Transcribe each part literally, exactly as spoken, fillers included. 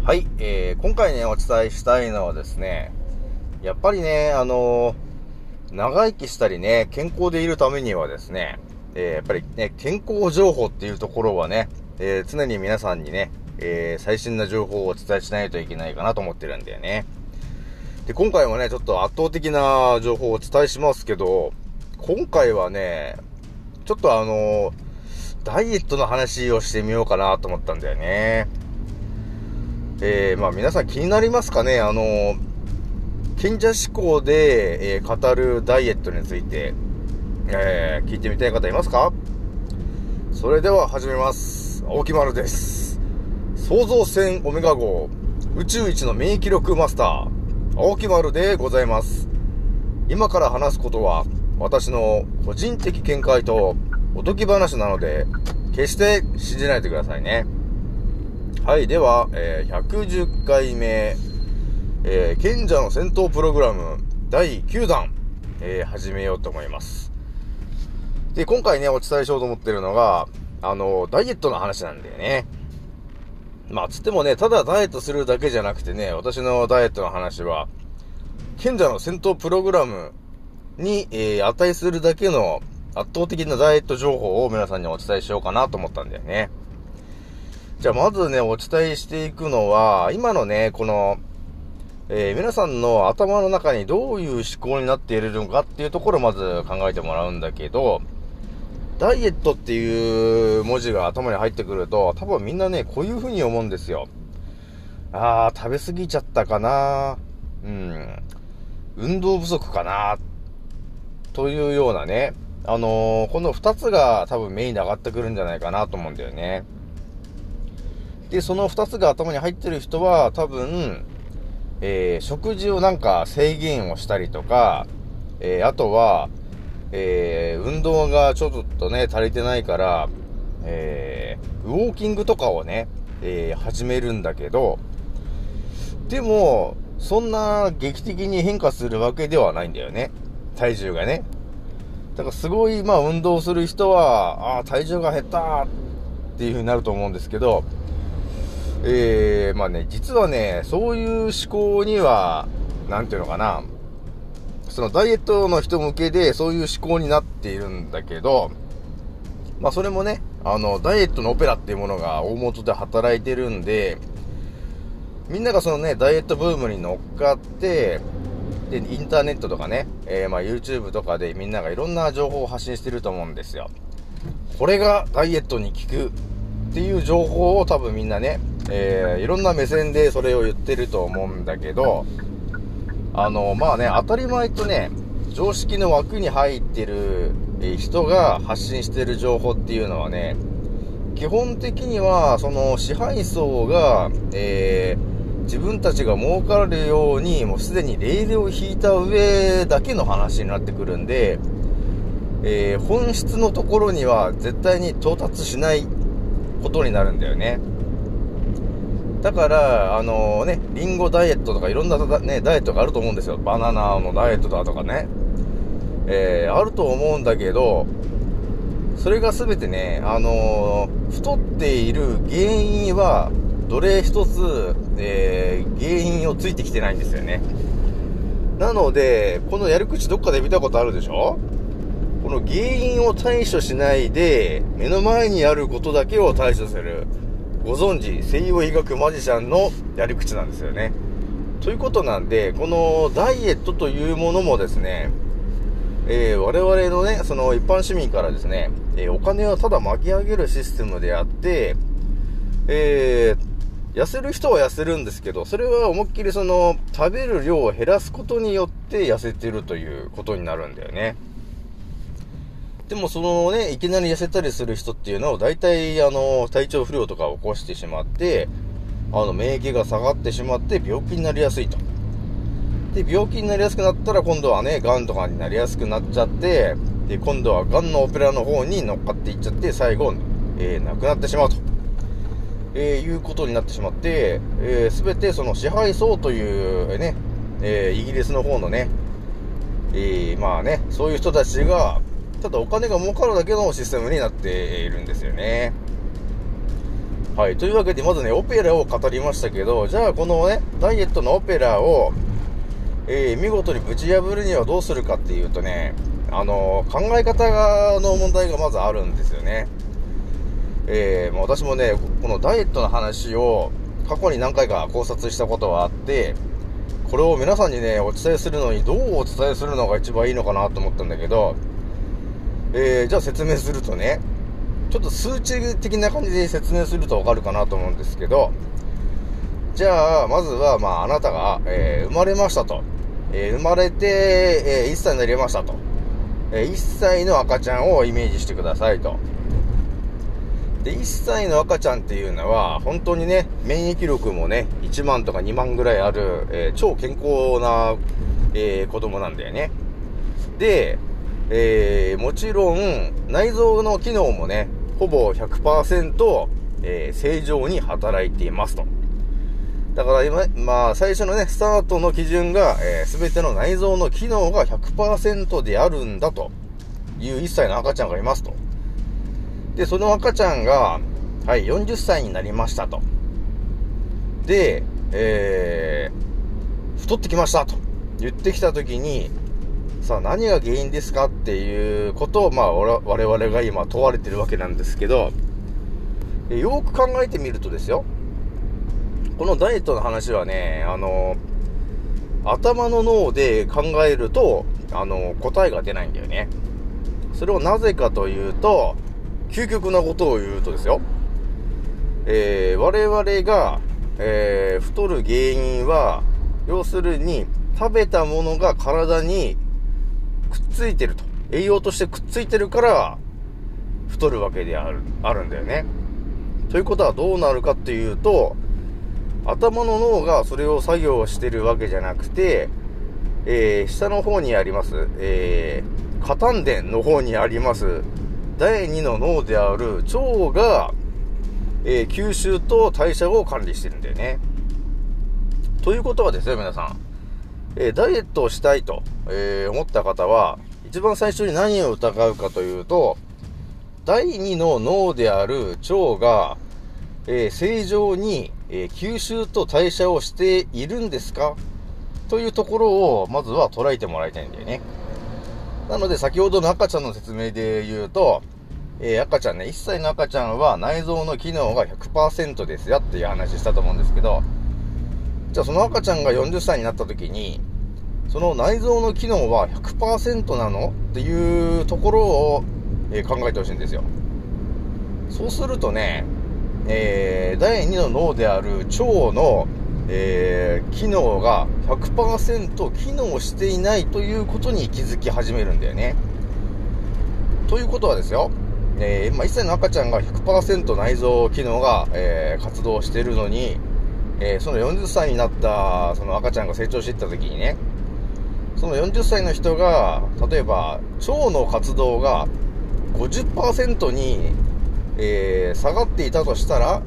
はい、えー、今回ね、お伝えしたいのはですね、やっぱりね、あのー、長生きしたりね、健康でいるためにはですね、えー、やっぱりね、健康情報っていうところはね、えー、常に皆さんにね、えー、最新な情報をお伝えしないといけないかなと思ってるんだよね。で、今回もね、ちょっと圧倒的な情報をお伝えしますけど、今回はね、ちょっとあのー、ダイエットの話をしてみようかなと思ったんだよね。えー、まあ皆さん気になりますかね。あのー、賢者思考で、えー、語るダイエットについて、えー、聞いてみたい方いますか？それでは始めます。青木丸です。創造船オメガ号宇宙一の免疫力マスター青木丸でございます。今から話すことは私の個人的見解とおとぎ話なので決して信じないでくださいね。はい、では、えー、ひゃくじゅっかいめ、えー、賢者の戦闘プログラムだいきゅうだん、えー、始めようと思います。で、今回ね、お伝えしようと思ってるのが、あの、ダイエットの話なんだよね。まあ、つってもね、ただダイエットするだけじゃなくてね、私のダイエットの話は、賢者の戦闘プログラムに、えー、値するだけの圧倒的なダイエット情報を皆さんにお伝えしようかなと思ったんだよね。じゃあまずね、お伝えしていくのは、今のね、この、えー、皆さんの頭の中にどういう思考になっているのかっていうところをまず考えてもらうんだけど、ダイエットっていう文字が頭に入ってくると、多分みんなね、こういう風に思うんですよ。あー、食べ過ぎちゃったかな、うん、運動不足かな、というようなね、あのー、この二つが多分メインで上がってくるんじゃないかなと思うんだよね。で、その二つが頭に入ってる人は多分、えー、食事をなんか制限をしたりとか、えー、あとは、えー、運動がちょっとね、足りてないから、えー、ウォーキングとかをね、えー、始めるんだけど、でも、そんな劇的に変化するわけではないんだよね。体重がね。だからすごい、まあ運動する人は、ああ、体重が減ったっていう風になると思うんですけど、えー、まあね、実はね、そういう思考には、なんていうのかな、そのダイエットの人向けでそういう思考になっているんだけど、まあそれもね、あの、ダイエットのオペラっていうものが大元で働いてるんで、みんながそのね、ダイエットブームに乗っかって、で、インターネットとかね、えー、まあ YouTube とかでみんながいろんな情報を発信してると思うんですよ。これがダイエットに効くっていう情報を多分みんなね、えー、いろんな目線でそれを言ってると思うんだけど、あの、まあね、当たり前とね、常識の枠に入ってる人が発信してる情報っていうのはね、基本的には、その支配層が、えー、自分たちが儲かるように、もうすでにレールを引いた上だけの話になってくるんで、えー、本質のところには絶対に到達しないことになるんだよね。だから、あのー、ね、リンゴダイエットとかいろんなね、ダイエットがあると思うんですよ。バナナのダイエットだとかね。えー、あると思うんだけど、それがすべてね、あのー、太っている原因は、どれ一つ、えー、原因をついてきてないんですよね。なので、このやり口どっかで見たことあるでしょ？この原因を対処しないで、目の前にあることだけを対処する。ご存知、西洋医学マジシャンのやり口なんですよね。ということなんで、このダイエットというものもですね、えー、我々のね、その一般市民からですね、えー、お金をただ巻き上げるシステムであって、えー、痩せる人は痩せるんですけど、それは思いっきりその食べる量を減らすことによって痩せてるということになるんだよね。でもそのね、いきなり痩せたりする人っていうのは大体あの体調不良とかを起こしてしまって、あの免疫が下がってしまって病気になりやすいと。で、病気になりやすくなったら今度はね、癌とかになりやすくなっちゃって、で、今度は癌のオペラの方に乗っかっていっちゃって、最後、えー、亡くなってしまうと、えー、いうことになってしまって、えー、すべてその支配層というね、えー、イギリスの方のね、えー、まあね、そういう人たちが、ただお金が儲かるだけのシステムになっているんですよね。 はい。というわけで、まずね、オペラを語りましたけど、じゃあこのね、ダイエットのオペラを、えー、見事にぶち破るにはどうするかっていうとね、あのー、考え方の問題がまずあるんですよね。えー、まあ、私もね、このダイエットの話を過去に何回か考察したことがあって、これを皆さんにね、お伝えするのにどうお伝えするのが一番いいのかなと思ったんだけど、えー、じゃあ説明するとね、ちょっと数値的な感じで説明するとわかるかなと思うんですけど、じゃあ、まずは、まあ、あなたが、えー、生まれましたと。えー、生まれて、えー、いっさいになりましたと。えー、いっさいの赤ちゃんをイメージしてくださいと。で、いっさいの赤ちゃんっていうのは、本当にね、免疫力もね、いちまんとかにまんぐらいある、えー、超健康な、えー、子供なんだよね。で、えー、もちろん、内臓の機能もね、ほぼ ひゃくパーセント、えー、正常に働いていますと。だから今、まあ、最初のね、スタートの基準が、えー、全ての内臓の機能が ひゃくパーセント であるんだといういっさいの赤ちゃんがいますと。で、その赤ちゃんが、はい、よんじゅっさいになりましたと。で、えー、太ってきましたと言ってきたときに、さあ何が原因ですかっていうことを、まあ、我々が今問われてるわけなんですけど、よく考えてみるとですよ、このダイエットの話はね、あの、頭の脳で考えると、あの、答えが出ないんだよね。それをなぜかというと、究極なことを言うとですよ、えー、我々が、えー、太る原因は、要するに、食べたものが体にくっついてると。栄養としてくっついてるから、太るわけである、あるんだよね。ということはどうなるかっていうと、頭の脳がそれを作業してるわけじゃなくて、えー、下の方にあります、えー、下丹田の方にあります、だいにの脳である腸が、えー、吸収と代謝を管理してるんだよね。ということはですよ、皆さん。えー、ダイエットをしたいと、えー、思った方は、一番最初に何を疑うかというと、だいにの脳である腸が、えー、正常に、えー、吸収と代謝をしているんですかというところを、まずは捉えてもらいたいんだよね。なので、先ほどの赤ちゃんの説明で言うと、えー、赤ちゃんね、いっさいの赤ちゃんは内臓の機能が ひゃくパーセント ですよっていう話したと思うんですけど、じゃあその赤ちゃんがよんじゅっさいになった時に、その内臓の機能は ひゃくパーセント なのっていうところを、えー、考えてほしいんですよ。そうするとね、えー、だいにの脳である腸の、えー、機能が ひゃくパーセント 機能していないということに気づき始めるんだよね。ということはですよ、えー、まあ、いっさいの赤ちゃんが ひゃくパーセント 内臓機能が、えー、活動しているのに、えー、そのよんじゅっさいになったその赤ちゃんが成長していった時にね、そのよんじゅっさいの人が例えば腸の活動が ごじゅっパーセント に、えー、下がっていたとしたら、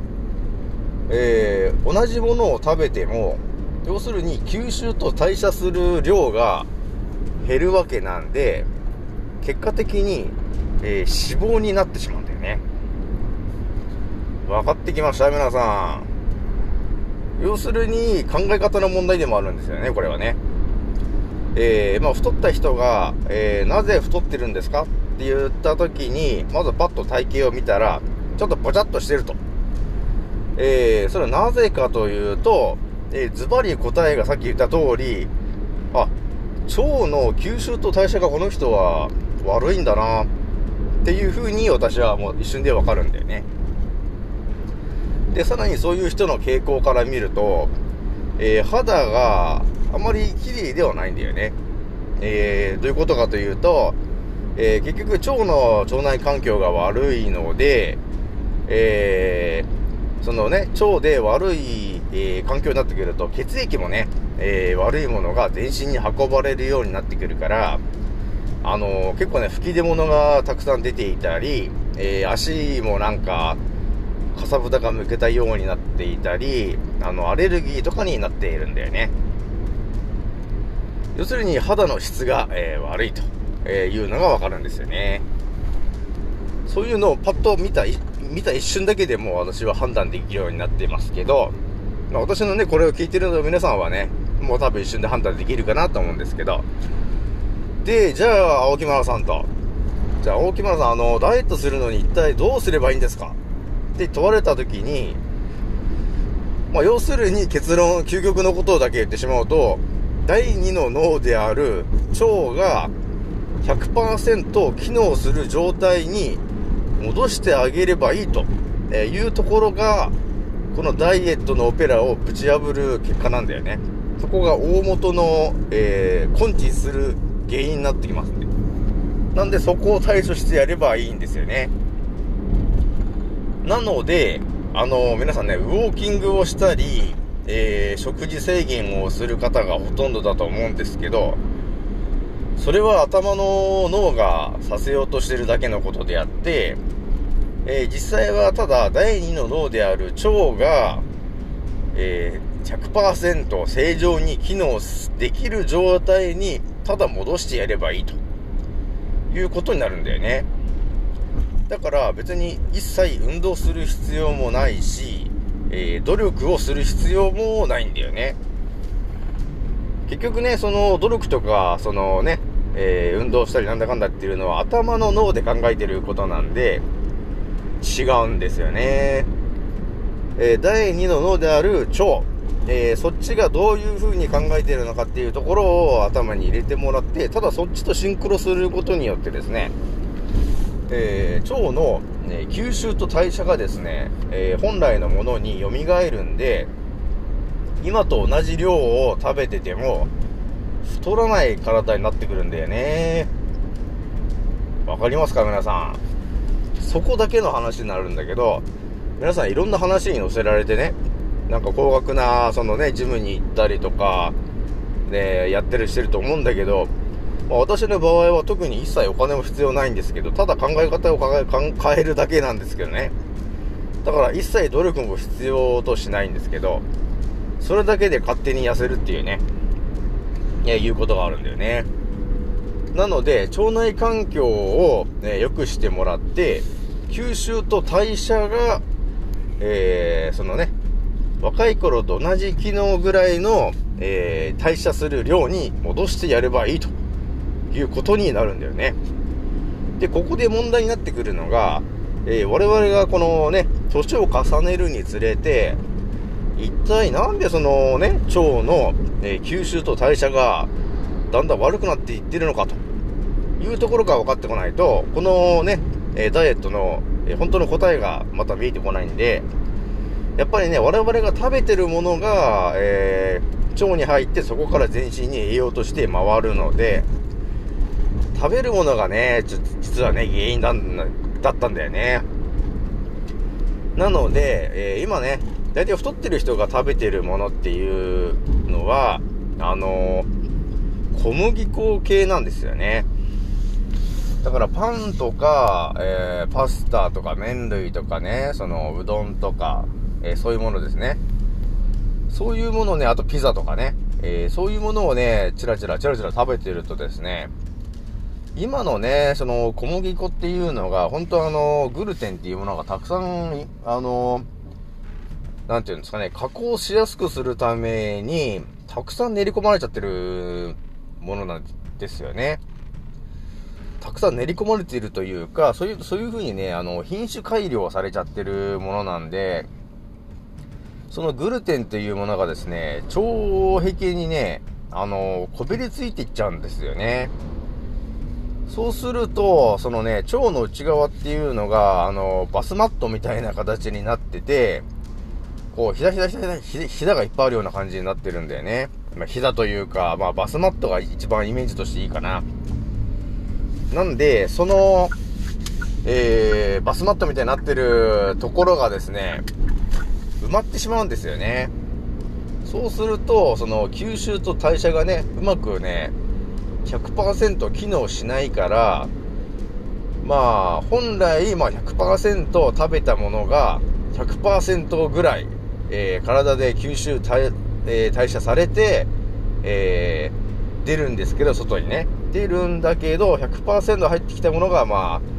えー、同じものを食べても要するに吸収と代謝する量が減るわけなんで、結果的に、えー、脂肪になってしまうんだよね。分かってきました皆さん。要するに考え方の問題でもあるんですよね、これはね。えー、まあ太った人が、えー、なぜ太ってるんですかって言った時に、まずパッと体型を見たらちょっとポチャッとしてると。えー、それはなぜかというと、えー、ズバリ答えがさっき言った通り、あ、腸の吸収と代謝がこの人は悪いんだなっていう風に私はもう一瞬でわかるんだよね。で、さらにそういう人の傾向から見ると、えー、肌があまり綺麗ではないんだよね。えー、どういうことかというと、えー、結局腸の腸内環境が悪いので、えー、そのね、腸で悪い、えー、環境になってくると血液もね、えー、悪いものが全身に運ばれるようになってくるから、あのー、結構ね、吹き出物がたくさん出ていたり、えー、足もなんかかさぶたがむけたようになっていたり、あのアレルギーとかになっているんだよね。要するに肌の質が、えー、悪いというのがわかるんですよね。そういうのをパッと見た見た一瞬だけでも私は判断できるようになっていますけど、まあ、私のね、これを聞いてるの皆さんはね、もう多分一瞬で判断できるかなと思うんですけど、で、じゃあ、青木村さんと、じゃあ、青木村さん、あの、ダイエットするのに一体どうすればいいんですかって問われたときに、まあ、要するに結論、究極のことだけ言ってしまうと、だいにの脳である腸が ひゃくパーセント 機能する状態に戻してあげればいいというところが、このダイエットのオペラをぶち破る結果なんだよね。そこが大元の、えー、根治する原因になってきますね。なんでそこを対処してやればいいんですよね。なので、あの、皆さんね、ウォーキングをしたり、えー、食事制限をする方がほとんどだと思うんですけど、それは頭の脳がさせようとしてるだけのことであって、えー、実際はただだいにの脳である腸が、えー、ひゃくパーセント 正常に機能できる状態にただ戻してやればいいということになるんだよね。だから別に一切運動する必要もないし、えー、努力をする必要もないんだよね。結局ね、その努力とかそのね、えー、運動したりなんだかんだっていうのは頭の脳で考えてることなんで違うんですよね。えー、だいにの脳である腸、えー、そっちがどういう風に考えているのかっていうところを頭に入れてもらって、ただそっちとシンクロすることによってですね、えー、腸の、ね、吸収と代謝がですね、えー、本来のものに蘇るんで、今と同じ量を食べてても太らない体になってくるんだよね。わかりますか皆さん。そこだけの話になるんだけど、皆さんいろんな話に乗せられてね、なんか高額なそのねジムに行ったりとかでやってるしてると思うんだけど、まあ、私の場合は特に一切お金も必要ないんですけど、ただ考え方を変えるだけなんですけどね。だから一切努力も必要としないんですけど、それだけで勝手に痩せるっていうね、いやいうことがあるんだよね。なので腸内環境を、ね、良くしてもらって、吸収と代謝が、えー、そのね若い頃と同じ機能ぐらいの、えー、代謝する量に戻してやればいいということになるんだよね。で、ここで問題になってくるのが、えー、我々がこのね年を重ねるにつれて、一体なんでそのね腸の、えー、吸収と代謝がだんだん悪くなっていってるのかというところが分かってこないと、このね、えー、ダイエットの、えー、本当の答えがまた見えてこないんで、やっぱりね我々が食べてるものが、えー、腸に入ってそこから全身に栄養として回るので、食べるものがねちょ実はね原因だだったんだよね。なので、えー、今ね大体太ってる人が食べてるものっていうのはあのー、小麦粉系なんですよね。だからパンとか、えー、パスタとか麺類とかね、そのうどんとか、えー、そういうものですね。そういうものね、あとピザとかね、えー、そういうものをねチラチラチラチラ食べてるとですね、今のねその小麦粉っていうのが本当あのグルテンっていうものがたくさんあのなんていうんですかね、加工しやすくするためにたくさん練り込まれちゃってるものなんですよね。たくさん練り込まれているというか、そういうそういう風にねあの品種改良されちゃってるものなんで、そのグルテンというものがですね腸壁にねあのこびりついていっちゃうんですよね。そうするとそのね腸の内側っていうのがあのバスマットみたいな形になってて、こうひだひだひだひだひだがいっぱいあるような感じになってるんだよね。まあ、ひだというか、まあ、バスマットが一番イメージとしていいかな。なんでその、えー、バスマットみたいになってるところがですね埋まってしまうんですよね。そうするとその吸収と代謝がねうまくね ひゃくパーセント 機能しないから、まあ本来、まあ、ひゃくパーセント 食べたものが ひゃくパーセント ぐらい、えー、体で吸収代、えー、代謝されて、えー、出るんですけど、外にね出るんだけど ひゃくパーセント 入ってきたものがまあ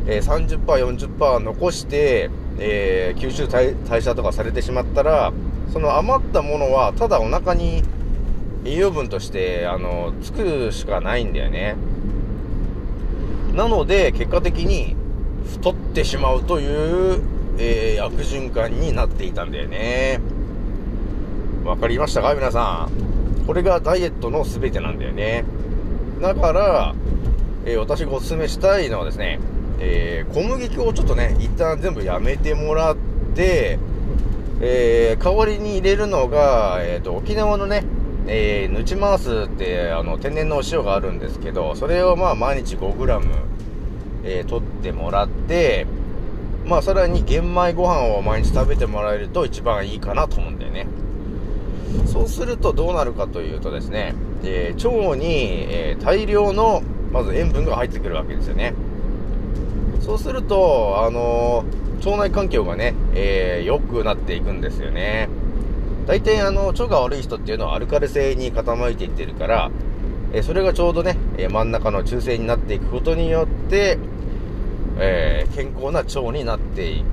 えー、さんじゅっパーセント、よんじゅっパーセント 残して、えー、吸収代代謝とかされてしまったら、その余ったものはただお腹に栄養分としてあのつくしかないんだよね。なので結果的に太ってしまうという、えー、悪循環になっていたんだよね。わかりましたか皆さん。これがダイエットの全てなんだよね。だから、えー、私がお勧めしたいのはですね、えー、小麦粉をちょっとね一旦全部やめてもらって、えー、代わりに入れるのが、えーと、沖縄のね、えー、ヌチマースってあの天然のお塩があるんですけど、それをまあ毎日 ごグラム、えー、取ってもらって、まあさらに玄米ご飯を毎日食べてもらえると一番いいかなと思うんだよね。そうするとどうなるかというとですね、えー、腸に、えー、大量のまず塩分が入ってくるわけですよね。そうするとあのー、腸内環境がね、えー、良くなっていくんですよね。大体あの腸が悪い人っていうのはアルカリ性に傾いていってるから、えー、それがちょうどね、えー、真ん中の中性になっていくことによって、えー、健康な腸になっていって、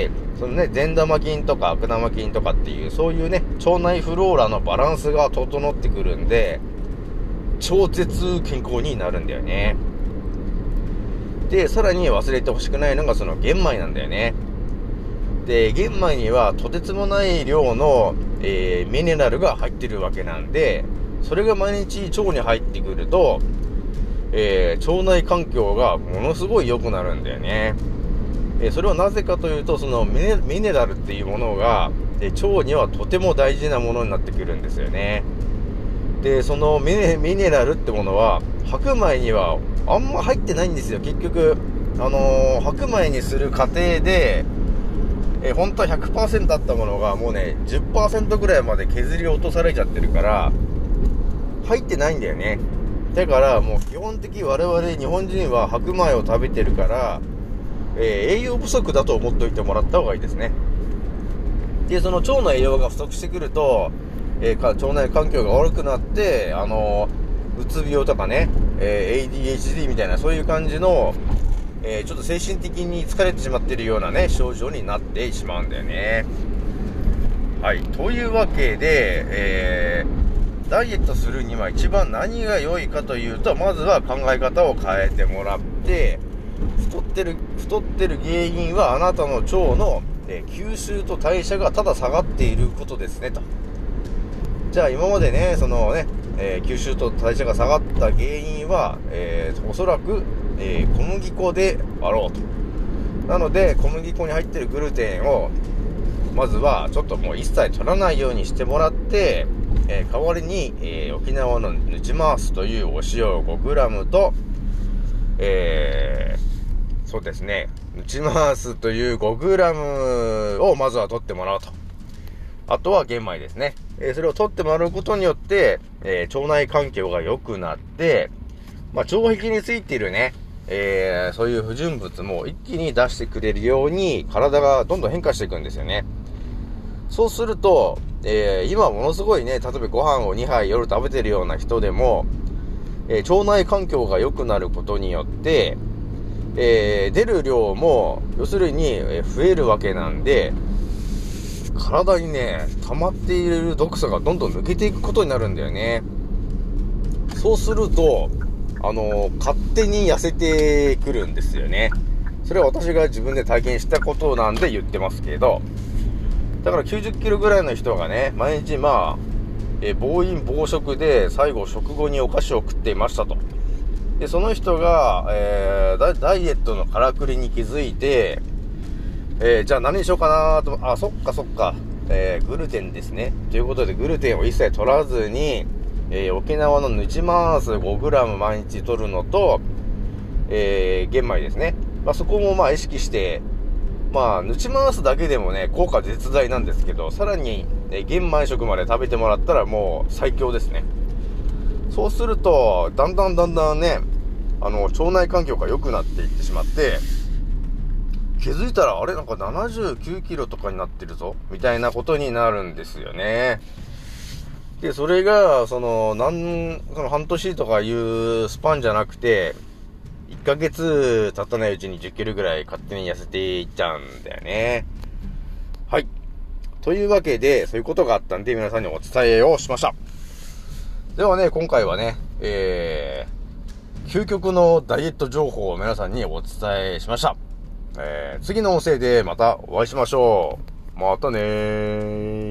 そのね善玉菌とか悪玉菌とかっていうそういうね腸内フローラのバランスが整ってくるんで、超絶健康になるんだよね。でさらに忘れてほしくないのがその玄米なんだよね。で玄米にはとてつもない量の、えー、ミネラルが入ってるわけなんで、それが毎日腸に入ってくると、えー、腸内環境がものすごい良くなるんだよね。えー、それはなぜかというと、そのミネ、ミネラルっていうものが、えー、腸にはとても大事なものになってくるんですよね。でそのミネ、ミネラルってものは白米にはあんま入ってないんですよ。結局あのー、白米にする過程でえー、本当は ひゃくパーセント あったものがもうね じゅっパーセント ぐらいまで削り落とされちゃってるから入ってないんだよね。だからもう基本的に我々日本人は白米を食べてるから、えー、栄養不足だと思っておいてもらった方がいいですね。でその腸の栄養が不足してくると、えー、腸内環境が悪くなって、あのー、うつ病とかね、えー、エーディーエイチディー みたいなそういう感じのえー、ちょっと精神的に疲れてしまっているようなね症状になってしまうんだよね。はい、というわけで、えー、ダイエットするには一番何が良いかというと、まずは考え方を変えてもらって、太ってる太ってる原因はあなたの腸の、えー、吸収と代謝がただ下がっていることですねと。じゃあ今までねそのね、えー、吸収と代謝が下がった原因は、えー、おそらくえー、小麦粉であろうと。なので小麦粉に入ってるグルテンをまずはちょっともう一切取らないようにしてもらって、えー、代わりに、えー、沖縄のヌチマースというお塩 ごグラム と、えー、そうですねヌチマースという ごグラム をまずは取ってもらうと。あとは玄米ですね、えー、それを取ってもらうことによって、えー、腸内環境が良くなって、まあ、腸壁についているねえー、そういう不純物も一気に出してくれるように体がどんどん変化していくんですよね。そうすると、えー、今ものすごいね、例えばご飯をにはい夜食べてるような人でも、えー、腸内環境が良くなることによって、えー、出る量も要するに、えー、増えるわけなんで、体にね溜まっている毒素がどんどん抜けていくことになるんだよね。そうするとあのー、勝手に痩せてくるんですよね。それは私が自分で体験したことなんで言ってますけど、だからきゅうじゅっキロぐらいの人がね毎日まあ、えー、暴飲暴食で最後食後にお菓子を食っていましたと。でその人が、えー、ダ, ダイエットのからくりに気づいて、えー、じゃあ何にしようかなと、あそっかそっか、えー、グルテンですねということでグルテンを一切取らずにえー、沖縄のヌチマース ごグラム 毎日取るのと、えー、玄米ですね、まあ、そこもまあ意識して、まあヌチマースだけでもね効果絶大なんですけど、さらに、えー、玄米食まで食べてもらったらもう最強ですね。そうするとだんだんだんだんねあの腸内環境が良くなっていってしまって、気づいたらあれなんかななじゅうきゅうキロとかになってるぞみたいなことになるんですよね。でそれがそのなんその半年とかいうスパンじゃなくていっかげつ経たないうちにじゅっキロぐらい勝手に痩せていっちゃうんだよね。はい。というわけで、そういうことがあったんで、皆さんにお伝えをしました。ではね、今回はね、えー、究極のダイエット情報を皆さんにお伝えしました。えー、次の音声でまたお会いしましょう。またねー。